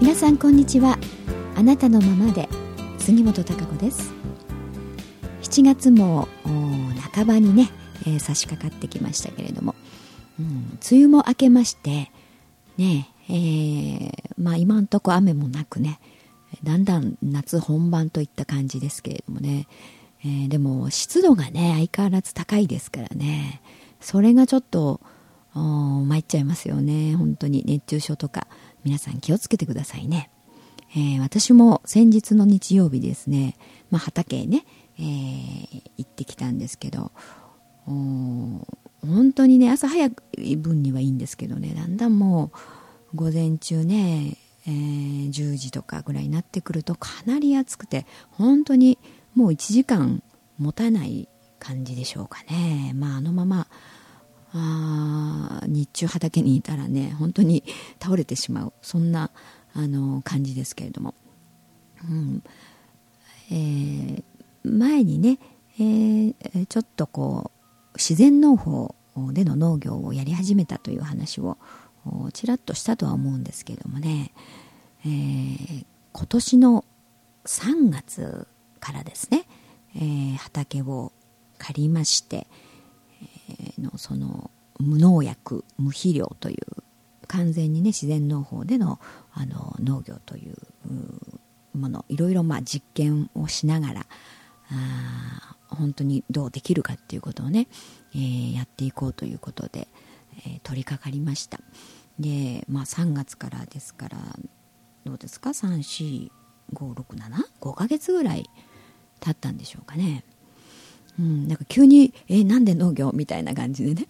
皆さんこんにちは。あなたのままで杉本孝子です。7月も半ばにね、差し掛かってきましたけれども、梅雨も明けましてね、今んとこ雨もなくね、だんだん夏本番といった感じですけれどもね、でも湿度がね相変わらず高いですからね、それがちょっと参っちゃいますよね。本当に熱中症とか皆さん気をつけてくださいね。私も先日の日曜日ですね、畑へね、行ってきたんですけど、本当にね朝早い分にはいいんですけどね、だんだんもう午前中ね、10時とかぐらいになってくるとかなり暑くて、本当にもう1時間持たない感じでしょうかね。あのまま日中畑にいたらね本当に倒れてしまう、そんな感じですけれども、前にね、ちょっとこう自然農法での農業をやり始めたという話をちらっとしたとは思うんですけれどもね、今年の3月からですね、畑を借りまして、その無農薬無肥料という完全にね自然農法での農業というもの、いろいろ実験をしながら本当にどうできるかっていうことをね、やっていこうということで、取り掛かりました。で、3月からですからどうですか、3、4、5、6、7、5ヶ月ぐらい経ったんでしょうかね。なんか急になんで農業みたいな感じでね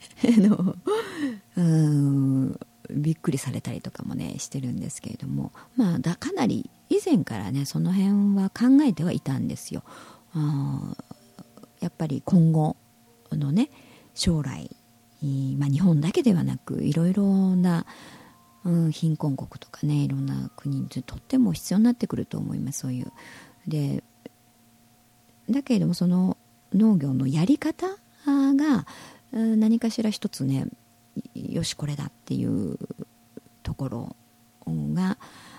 びっくりされたりとかもねしてるんですけれども、かなり以前からねその辺は考えてはいたんですよ。やっぱり今後のね将来、日本だけではなくいろいろな、貧困国とかねいろんな国にとっても必要になってくると思います。そういうでだけれどもその農業のやり方が何かしら一つねよしこれだっていうところが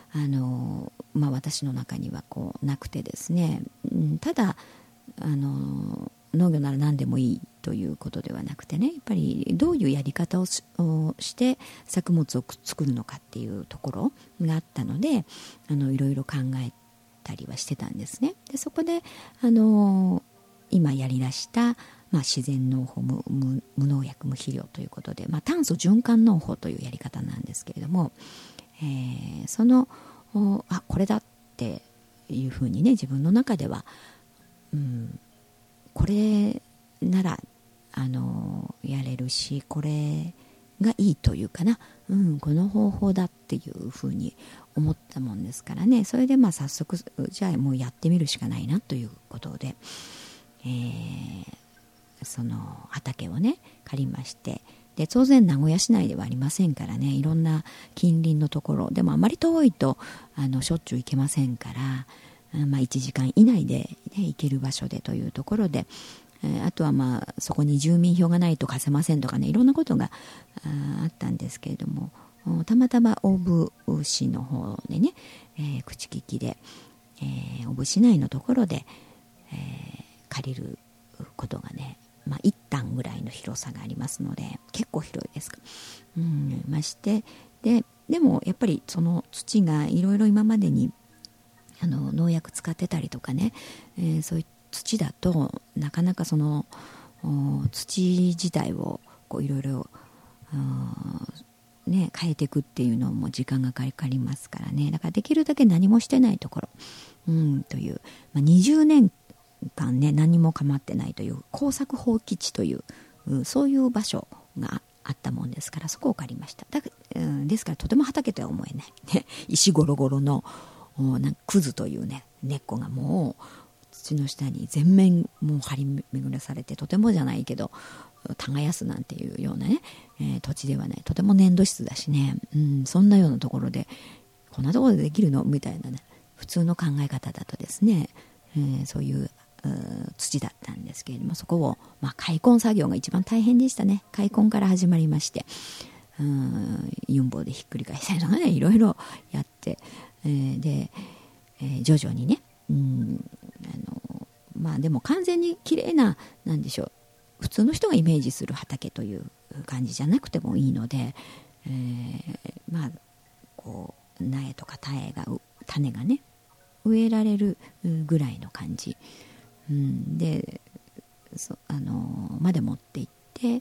私の中にはこうなくてですね、ただ農業なら何でもいいということではなくてね、やっぱりどういうやり方をして作物を作るのかっていうところがあったのでいろいろ考えたりはしてたんですね。でそこで今やりだした、自然農法 無農薬無肥料ということで、炭素循環農法というやり方なんですけれども、そのこれだっていうふうにね自分の中では、これならやれるしこれがいいというかな、この方法だっていうふうに思ったもんですからね、それで早速じゃあもうやってみるしかないなということで、その畑をね借りまして、で当然名古屋市内ではありませんからね、いろんな近隣のところでもあまり遠いとしょっちゅう行けませんから、1時間以内で、行ける場所でというところで、あとはそこに住民票がないと貸せませんとかね、いろんなことがあったんですけれども、たまたま大府市の方でね、口利きで、大府市内のところで、借りることがね、1反ぐらいの広さがありますので結構広いですか。ましてでもやっぱりその土がいろいろ今までに農薬使ってたりとかね、そういう土だとなかなかその土自体をいろいろ変えていくっていうのも時間がかかりますからね。だからできるだけ何もしてないところ、という、20年間ね何も構ってないという耕作放棄地という、そういう場所があったもんですから、そこを借りました。ですからとても畑とは思えない、石ゴロゴロのなんかクズというね根っこがもう土の下に全面もう張り巡らされて、とてもじゃないけど耕すなんていうようなね、土地ではない、とても粘土質だしね、そんなようなところでこんなところでできるのみたいなね、普通の考え方だとですね、そういう土だったんですけれども、そこを、開墾作業が一番大変でしたね。開墾から始まりまして、ユンボでひっくり返したりとかね、いろいろやって、 で、徐々にね、でも完全に綺麗な、なんでしょう、普通の人がイメージする畑という感じじゃなくてもいいので、こう苗とか種がね植えられるぐらいの感じ、でまで持っていって、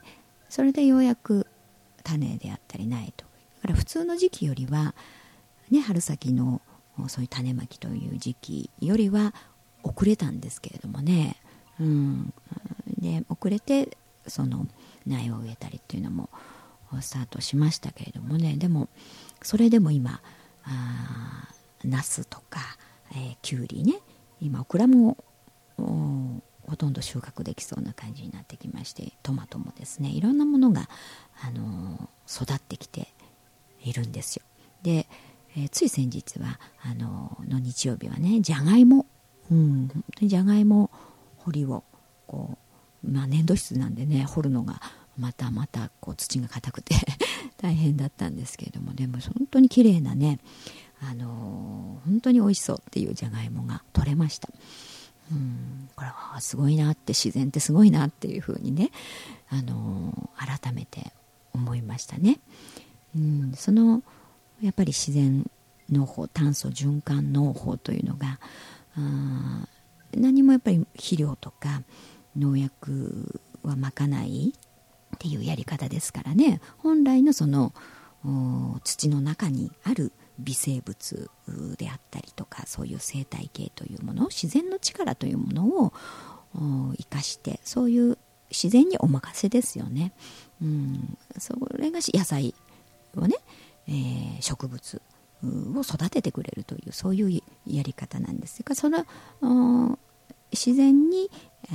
それでようやく種であったり苗と、だから普通の時期よりは、ね、春先のそういう種まきという時期よりは遅れたんですけれどもね、で遅れてその苗を植えたりっていうのもスタートしましたけれどもね、でもそれでも今ナスとか、キュウリね、今オクラもほとんど収穫できそうな感じになってきまして、トマトもですね、いろんなものが、育ってきているんですよ。で、つい先日はの日曜日はね、じゃがいも、じゃがいも掘りをこう、粘土質なんでね、掘るのがまたこう土が硬くて大変だったんですけれども、でも本当に綺麗なね、本当に美味しそうっていうじゃがいもが取れました。これはすごいなって、自然ってすごいなっていうふうにね、改めて思いましたね。そのやっぱり自然農法、炭素循環農法というのが、何もやっぱり肥料とか農薬はまかないっていうやり方ですからね、本来のその土の中にある微生物であったりとか、そういう生態系というもの、自然の力というものを生かして、そういう自然にお任せですよね。それが野菜をね、植物を育ててくれるという、そういうやり方なんですが、その自然に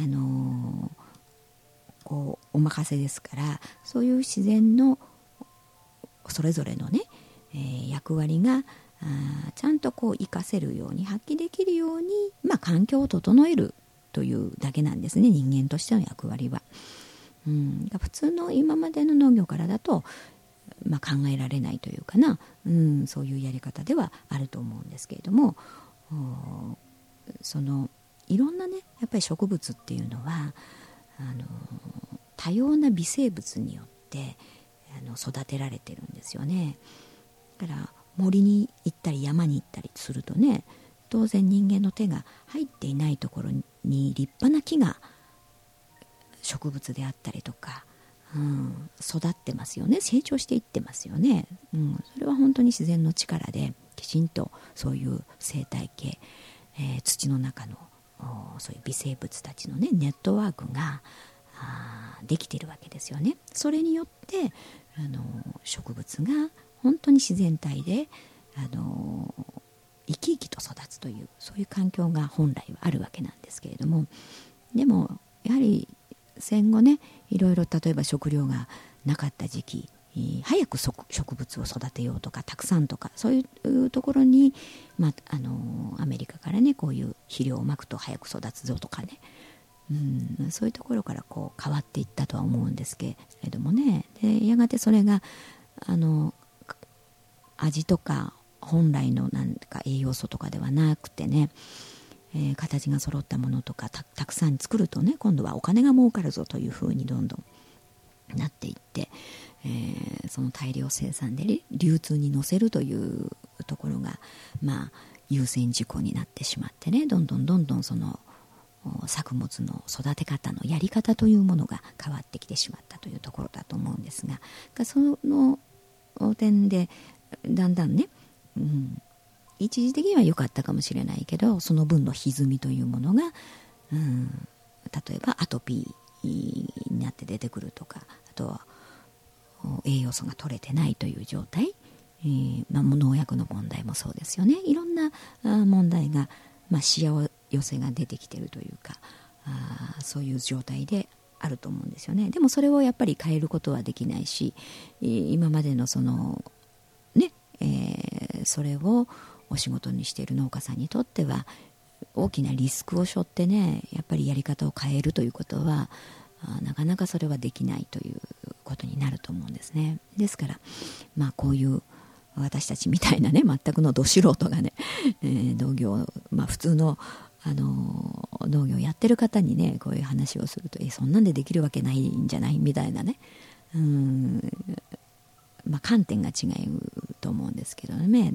こうお任せですから、そういう自然のそれぞれのね、役割がちゃんとこう活かせるように、発揮できるように、環境を整えるというだけなんですね、人間としての役割は。普通の今までの農業からだと、考えられないというかな、そういうやり方ではあると思うんですけれども、そのいろんなね、やっぱり植物っていうのは多様な微生物によって育てられてるんですよね。だから森に行ったり山に行ったりするとね、当然人間の手が入っていないところに立派な木が、植物であったりとか、育ってますよね、成長していってますよね。それは本当に自然の力で、きちんとそういう生態系、土の中のそういう微生物たちのね、ネットワークができているわけですよね。それによって植物が本当に自然体で生き生きと育つという、そういう環境が本来はあるわけなんですけれども、でもやはり戦後ね、いろいろ例えば食料がなかった時期、早く植物を育てようとか、たくさんとか、そういうところに、アメリカからね、こういう肥料をまくと早く育つぞとかね、そういうところからこう変わっていったとは思うんですけれどもね。でやがてそれが味とか本来のなんか栄養素とかではなくてね、形が揃ったものとか たくさん作るとね、今度はお金が儲かるぞというふうにどんどんなっていって、その大量生産で流通に乗せるというところが、優先事項になってしまってね、どんどんその作物の育て方のやり方というものが変わってきてしまったというところだと思うんですが、その点でだんだんね、一時的には良かったかもしれないけど、その分の歪みというものが、例えばアトピーになって出てくるとか、あとは栄養素が取れてないという状態、農薬の問題もそうですよね。いろんな問題が、しわ寄せが出てきているというか、そういう状態であると思うんですよね。でもそれをやっぱり変えることはできないし、今までのそのね、それをお仕事にしている農家さんにとっては大きなリスクを背負ってね、やっぱりやり方を変えるということはなかなかそれはできないということになると思うんですね。ですから、こういう私たちみたいなね全くのど素人がね、農業、普通の農業やってる方にねこういう話をするとそんなんでできるわけないんじゃないみたいなね、観点が違うと思うんですけどね。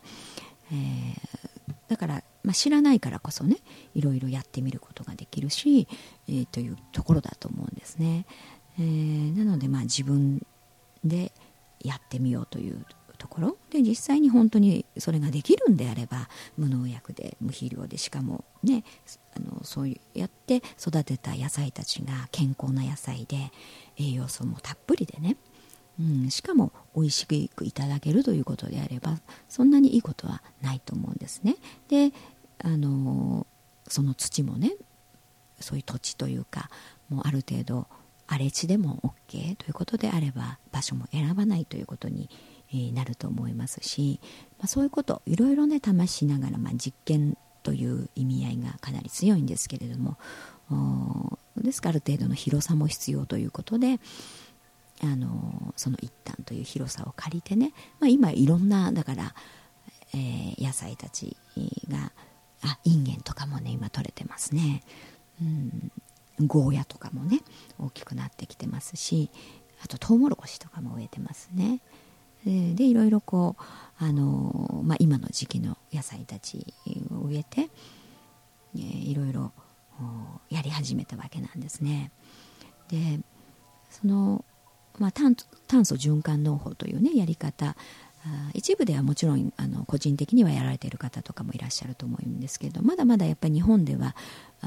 だから、知らないからこそねいろいろやってみることができるし、というところだと思うんですね。なので自分でやってみようというところで、実際に本当にそれができるんであれば無農薬で無肥料で、しかもねそうやって育てた野菜たちが健康な野菜で栄養素もたっぷりでね、しかも美味しくいただけるということであればそんなにいいことはないと思うんですね。でその土もねそういう土地というかもうある程度荒れ地でも OK ということであれば場所も選ばないということになると思いますし、そういうこといろいろね試しながら、実験という意味合いがかなり強いんですけれども、ですからある程度の広さも必要ということでその一旦という広さを借りてね、今いろんなだから、野菜たちがインゲンとかもね今取れてますね。ゴーヤとかもね大きくなってきてますし、あとトウモロコシとかも植えてますね。でいろいろこう今の時期の野菜たちを植えて、いろいろやり始めたわけなんですね。でその炭素循環農法というねやり方、一部ではもちろん個人的にはやられている方とかもいらっしゃると思うんですけど、まだまだやっぱり日本では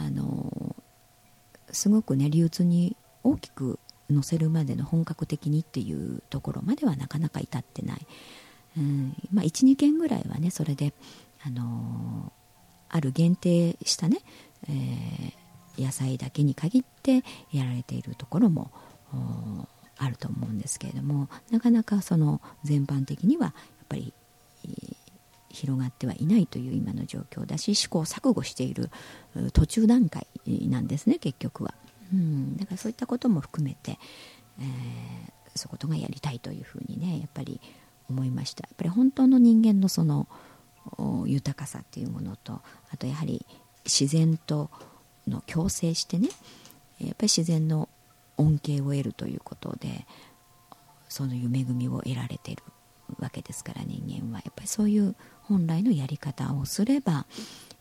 すごくね流通に大きく載せるまでの本格的にっていうところまではなかなか至ってない。1、2件ぐらいはねそれである限定したね、野菜だけに限ってやられているところもあると思うんですけれども、なかなかその全般的にはやっぱり広がってはいないという今の状況だし、試行錯誤している途中段階なんですね結局は。だからそういったことも含めて、そういうことがやりたいというふうにねやっぱり思いました。やっぱり本当の人間のその豊かさっていうものと、あとやはり自然との共生してねやっぱり自然の恩恵を得るということでそういう恵みを得られているわけですから、人間はやっぱりそういう本来のやり方をすれば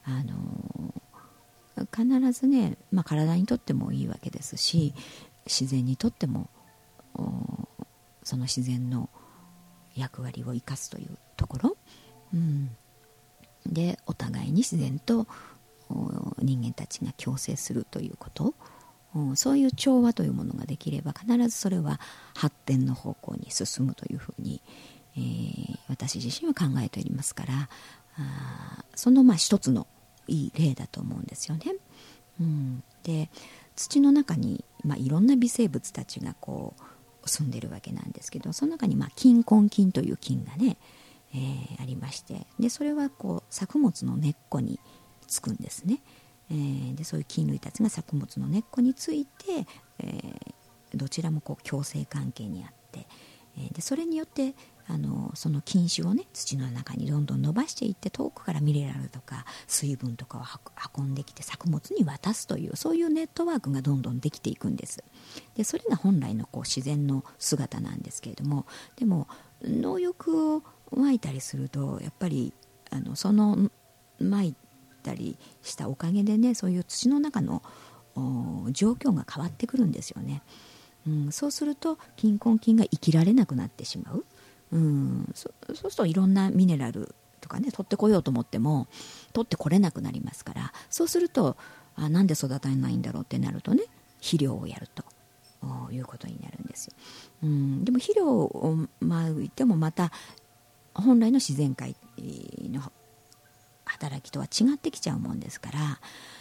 必ずね、体にとってもいいわけですし、自然にとってもその自然の役割を生かすというところ、でお互いに自然と人間たちが共生するということ、そういう調和というものができれば必ずそれは発展の方向に進むというふうに、私自身は考えておりますから、その一つのいい例だと思うんですよね。で土の中に、いろんな微生物たちがこう住んでるわけなんですけど、その中に菌根菌という菌がね、ありまして、でそれはこう作物の根っこにつくんですね。でそういう菌類たちが作物の根っこについて、どちらもこう共生関係にあって、でそれによってその菌種をね土の中にどんどん伸ばしていって、遠くからミネラルとか水分とかを運んできて作物に渡すという、そういうネットワークがどんどんできていくんです。でそれが本来のこう自然の姿なんですけれども、でも農薬をまいたりするとやっぱりそのまいたりしたおかげでね、そういう土の中の状況が変わってくるんですよね。そうすると菌根菌が生きられなくなってしまう。そうするといろんなミネラルとかね取ってこようと思っても取ってこれなくなりますから、そうするとなんで育たないんだろうってなるとね、肥料をやるということになるんですよ。でも肥料をまいてもまた本来の自然界の働きとは違ってきちゃうもんですから、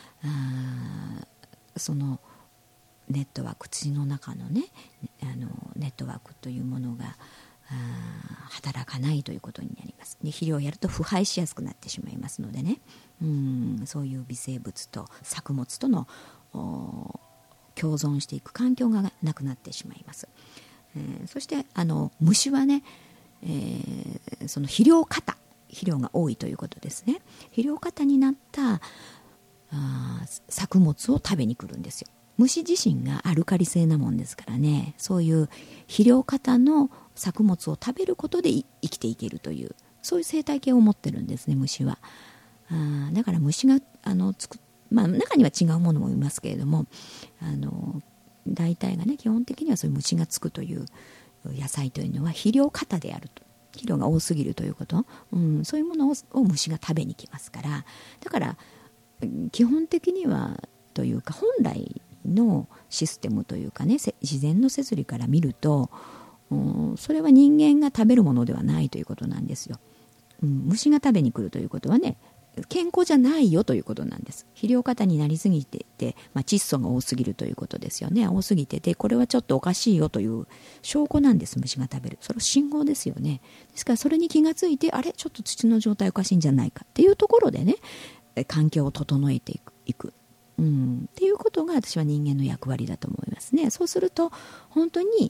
そのネットワーク、土の中のねネットワークというものが働かないということになります。で肥料をやると腐敗しやすくなってしまいますのでね、そういう微生物と作物との共存していく環境がなくなってしまいます。そして虫はねその肥料が多いということですね。肥料過多になった作物を食べに来るんですよ。虫自身がアルカリ性なもんですからね、そういう肥料過多の作物を食べることで生きていけるという、そういう生態系を持ってるんですね、虫は。だから虫が中には違うものもいますけれども、大体がね、基本的にはそういう虫がつくという野菜というのは肥料過多であると、肥料が多すぎるということ、そういうものを虫が食べに来ますから、だから基本的にはというか、本来のシステムというかね、自然の摂理から見ると、それは人間が食べるものではないということなんですよ。虫が食べに来るということはね、健康じゃないよということなんです。肥料過多になりすぎていて、窒素が多すぎるということですよね。多すぎてて、これはちょっとおかしいよという証拠なんです。虫が食べる、それは信号ですよね。ですからそれに気がついて、あれちょっと土の状態おかしいんじゃないかっていうところでね、環境を整えていくっていうことが私は人間の役割だと思いますね。そうすると本当に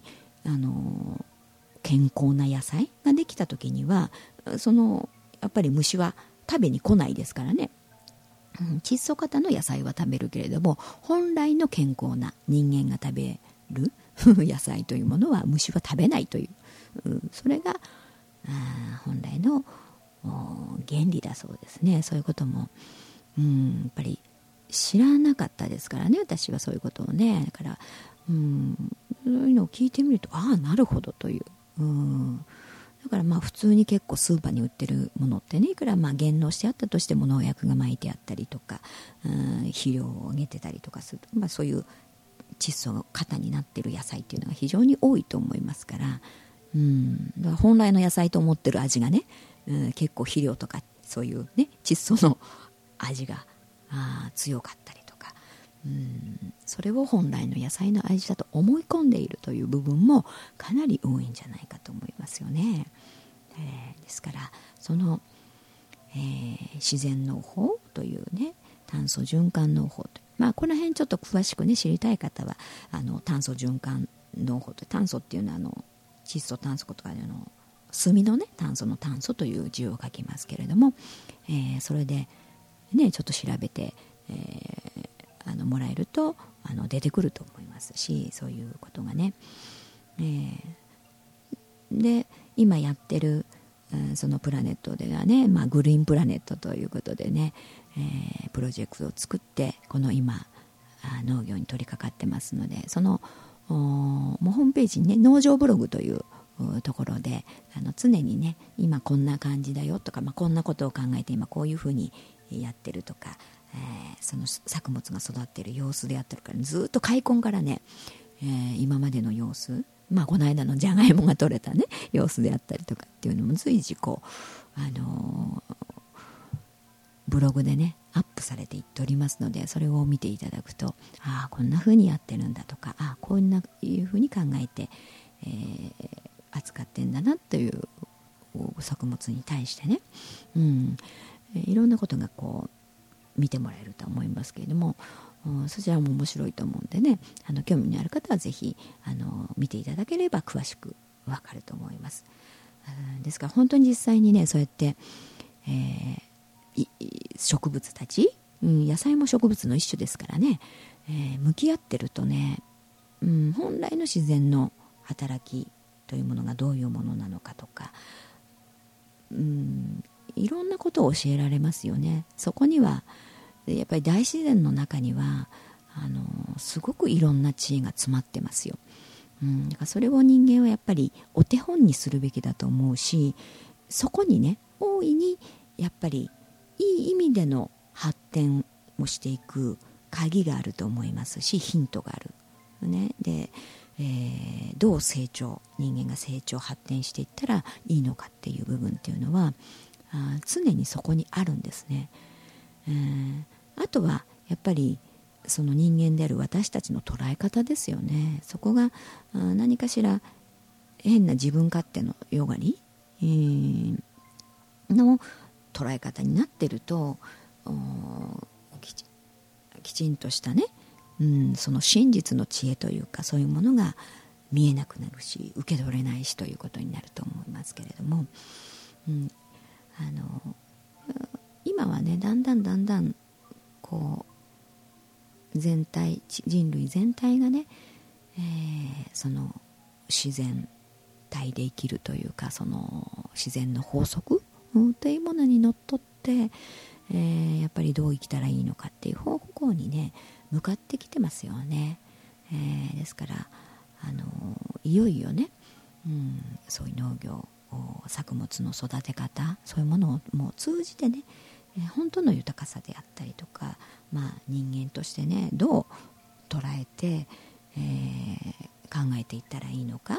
健康な野菜ができた時には、やっぱり虫は食べに来ないですからね。窒素過多の野菜は食べるけれども、本来の健康な人間が食べる野菜というものは虫は食べないという、それが本来の原理だそうですね。そういうこともやっぱり知らなかったですからね、私はそういうことをね。だからそういうのを聞いてみると、なるほどという、だから普通に結構スーパーに売ってるものってね、いくら減農してあったとしても農薬が撒いてあったりとか、肥料をあげてたりとかすると、そういう窒素が過多になっている野菜っていうのが非常に多いと思いますから、だから本来の野菜と思ってる味がね、結構肥料とかそういうね、窒素の味が強かったりとか、それを本来の野菜の味だと思い込んでいるという部分もかなり多いんじゃないかと思いますよね。ですからその、自然農法というね、炭素循環農法という、この辺ちょっと詳しくね知りたい方は炭素循環農法という、炭素っていうのは窒素炭素とか炭のね、炭素の炭素という字を書きますけれども、それでねちょっと調べて、もらえると出てくると思いますし、そういうことがね、で今やってる、そのプラネットではね、グリーンプラネットということでね、プロジェクトを作ってこの今農業に取り掛かってますので、そのもうホームページにね、農場ブログというところで常にね、今こんな感じだよとか、こんなことを考えて今こういうふうにやってるとか、その作物が育っている様子であったりから、ずっと開墾からね、今までの様子、この間のじゃがいもが取れたね様子であったりとかっていうのも随時ブログでねアップされていっておりますので、それを見ていただくと、こんな風にやってるんだとか、こういう風に考えて、扱ってんだなという作物に対してね、いろんなことが見てもらえると思いますけれども、そちらも面白いと思うんでね、興味のある方はぜひ見ていただければ詳しくわかると思います。ですから本当に実際にね、そうやって、植物たち、野菜も植物の一種ですからね、向き合ってるとね、本来の自然の働きというものがどういうものなのかとか、いろんなことを教えられますよね。そこにはやっぱり大自然の中にはすごくいろんな知恵が詰まってますよ。だからそれを人間はやっぱりお手本にするべきだと思うし、そこにね大いにやっぱりいい意味での発展をしていく鍵があると思いますし、ヒントがある、ね、で、どう人間が成長発展していったらいいのかっていう部分っていうのは常にそこにあるんですね。あとはやっぱりその人間である私たちの捉え方ですよね。そこが何かしら変な自分勝手のよがり、の捉え方になってると、きちんとしたね、その真実の知恵というかそういうものが見えなくなるし受け取れないしということになると思いますけれども、今はねだんだんこう人類全体がね、その自然体で生きるというか、その自然の法則、というものにのっとって、やっぱりどう生きたらいいのかっていう方向にね向かってきてますよね。ですからいよいよね、そういう農業作物の育て方、そういうものをもう通じてね、本当の豊かさであったりとか、人間としてねどう捉えて、考えていったらいいのか、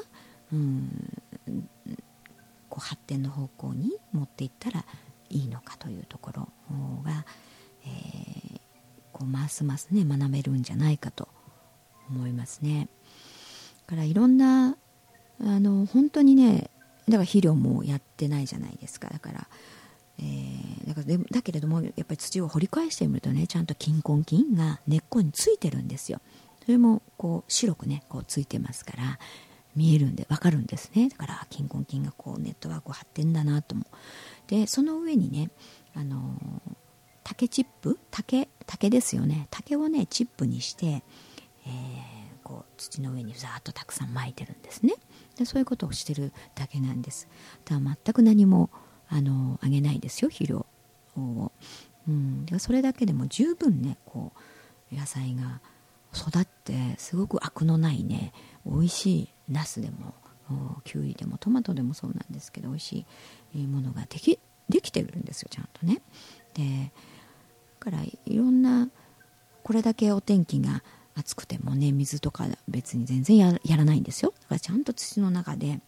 こう発展の方向に持っていったらいいのかというところが、こうますますね学べるんじゃないかと思いますね。だからいろんな本当にね、だから肥料もやってないじゃないですか。だからだけれどもやっぱり土を掘り返してみるとね、ちゃんと菌根菌が根っこについてるんですよ。それもこう白くねこうついてますから見えるんで分かるんですね。だから菌根菌がこうネットワークを張ってんだなと思う。でその上にね竹チップ、竹ですよね。竹をねチップにして、こう土の上にざーっとたくさん撒いてるんですね。でそういうことをしてるだけなんです。だから全く何もあげないですよ、肥料を。でそれだけでも十分ねこう野菜が育ってすごくアクのないね美味しいナスでもキュウリでもトマトでもそうなんですけど美味しいものができてるんですよ、ちゃんとね。でだからいろんな、これだけお天気が暑くてもね水とか別に全然やらないんですよ。だからちゃんと土の中で、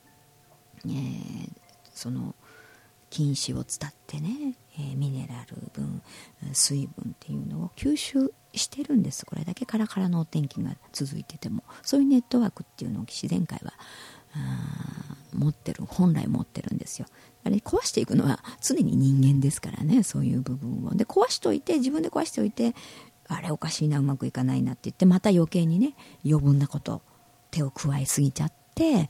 その菌糸を伝ってね、ミネラル分水分っていうのを吸収してるんです。これだけカラカラのお天気が続いててもそういうネットワークっていうのを自然界は本来持ってるんですよ。あれ壊していくのは常に人間ですからね、そういう部分を。で壊しといて、自分で壊しておいて、あれおかしいな、うまくいかないなって言ってまた余計にね余分なこと手を加えすぎちゃって、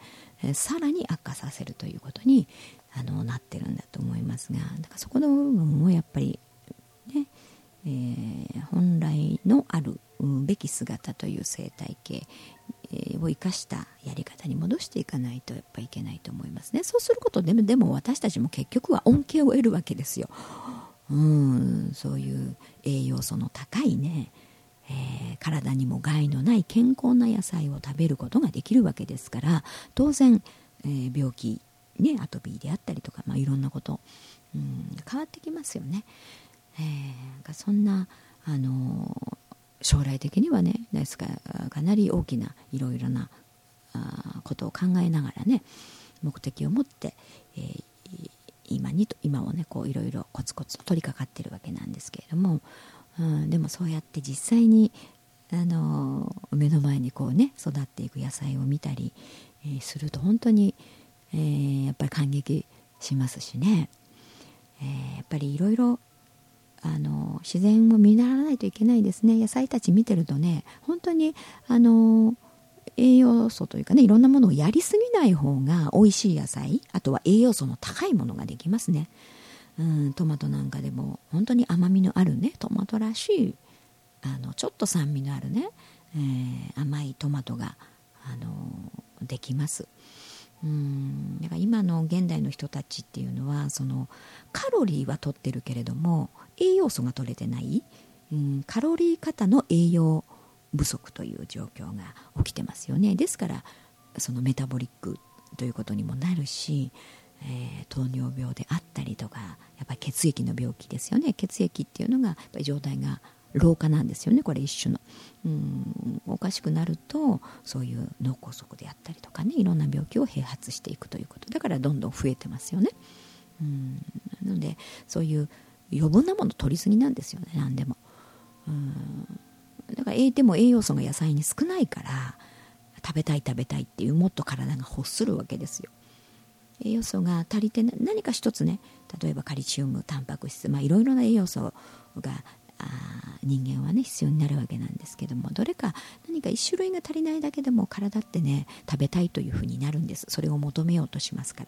さらに悪化させるということになってるんだと思いますが、だからそこの部分をやっぱりね、本来のあるべき姿という生態系を生かしたやり方に戻していかないとやっぱりいけないと思いますね。そうすることでも私たちも結局は恩恵を得るわけですよ。そういう栄養素の高いね、体にも害のない健康な野菜を食べることができるわけですから、当然、病気ね、アトピーであったりとか、いろんなこと、変わってきますよね。そんな将来的にはねですからかなり大きないろいろなことを考えながらね目的を持って、今をねこういろいろコツコツと取り掛かってるわけなんですけれども、でもそうやって実際に目の前にこうね育っていく野菜を見たり、すると本当に、やっぱり感激しますしね、やっぱりいろいろ自然を見習わないといけないですね。野菜たち見てるとね本当に栄養素というかねいろんなものをやりすぎない方が美味しい野菜、あとは栄養素の高いものができますね。トマトなんかでも本当に甘みのあるねトマトらしいちょっと酸味のあるね、甘いトマトができます。だから今の現代の人たちっていうのはそのカロリーは取ってるけれども栄養素が取れてない、カロリー過多の栄養不足という状況が起きてますよね。ですからそのメタボリックということにもなるし、糖尿病であったりとかやっぱり血液の病気ですよね。血液っていうのがやっぱり状態が老化なんですよね。これ一種のおかしくなるとそういう脳梗塞であったりとかねいろんな病気を併発していくということだからどんどん増えてますよね。なのでそういう余分なもの取りすぎなんですよね。何でもだからでも栄養素が野菜に少ないから食べたいっていうもっと体が欲するわけですよ。栄養素が足りて何か一つね例えばカルシウムタンパク質いろいろな栄養素が人間はね必要になるわけなんですけども、どれか何か一種類が足りないだけでも体ってね食べたいというふうになるんです。それを求めようとしますから、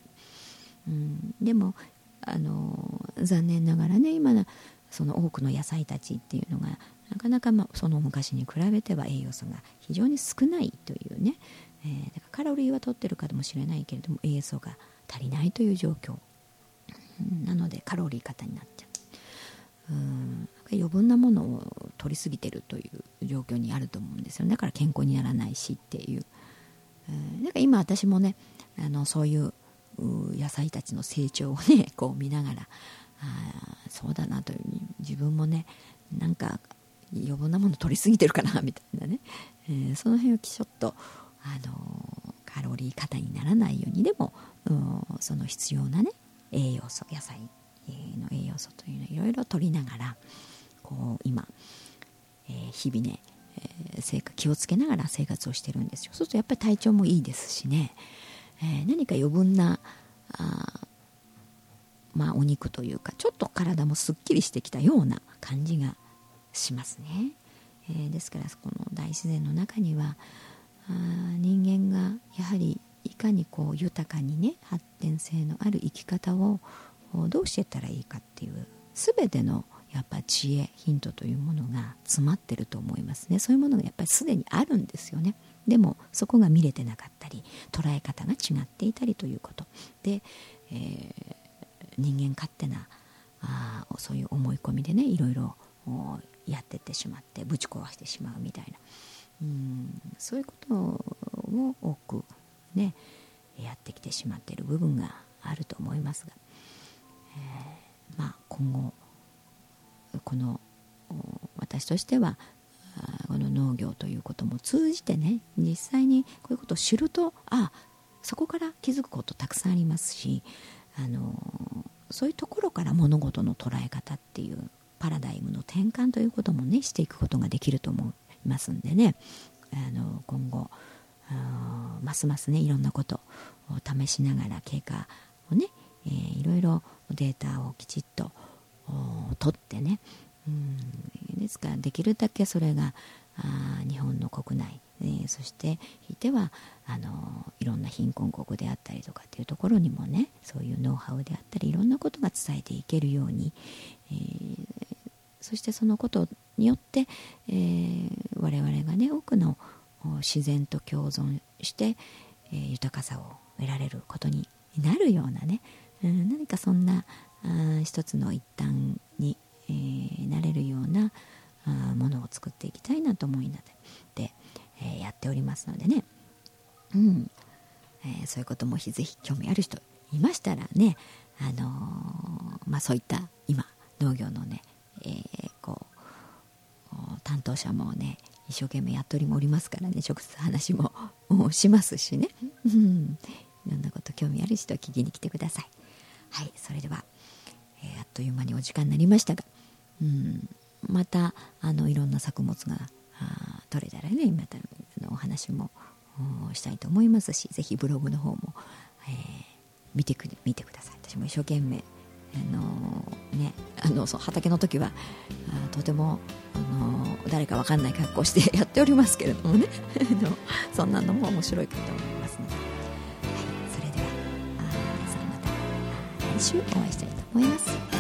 でも残念ながらね今その多くの野菜たちっていうのがなかなか、その昔に比べては栄養素が非常に少ないというね、だからカロリーは取ってるかもしれないけれども栄養素が足りないという状況、なのでカロリー過多になっちゃう。余分なものを取りすぎてるという状況にあると思うんですよ。だから健康にならないしっていう、だから今私もねそういう野菜たちの成長をねこう見ながらそうだなというふうに自分もねなんか余分なもの取りすぎてるかなみたいなね、その辺をちょっとカロリー過多にならないようにでもその必要なね栄養素、野菜の栄養素というのをいろいろ取りながらこう今、日々ね、気をつけながら生活をしてるんですよ。そうするとやっぱり体調もいいですしね、何か余分なお肉というかちょっと体もすっきりしてきたような感じがしますね。ですからこの大自然の中には人間がやはりいかにこう豊かにね発展性のある生き方をどうしていったらいいかっていう全てのやっぱ知恵ヒントというものが詰まってると思いますね。そういうものがやっぱりすでにあるんですよね。でもそこが見れてなかったり捉え方が違っていたりということで、人間勝手なそういう思い込みでねいろいろやってってしまってぶち壊してしまうみたいな、そういうことを多くねやってきてしまっている部分があると思いますが、今後この私としてはこの農業ということも通じてね実際にこういうことを知るとそこから気づくことたくさんありますし、そういうところから物事の捉え方っていうパラダイムの転換ということもねしていくことができると思いますんでね、今後ますますねいろんなことを試しながら経過をね、いろいろデータをきちっと取ってね、ですからできるだけそれが日本の国内、そしてひいてはいろんな貧困国であったりとかっていうところにもねそういうノウハウであったりいろんなことが伝えていけるように、そしてそのことによって、我々がね多くの自然と共存して、豊かさを得られることになるようなね、何かそんな一つの一端に、なれるようなものを作っていきたいなと思いなで、やっておりますのでね、そういうこともぜひ興味ある人いましたらね、そういった今農業のね、担当者もね一生懸命やっておりますからね直接話もしますしね、いろんなこと興味ある人は聞きに来てください。はい、それでは、あっという間にお時間になりましたが、またいろんな作物が取れたらねまたお話もしたいと思いますし、ぜひブログの方も、見てください。私も一生懸命そう畑の時はとても誰か分かんない格好してやっておりますけれどもねそんなのも面白いかと思いますので、それでは皆さんまた来週お会いしたいと思います。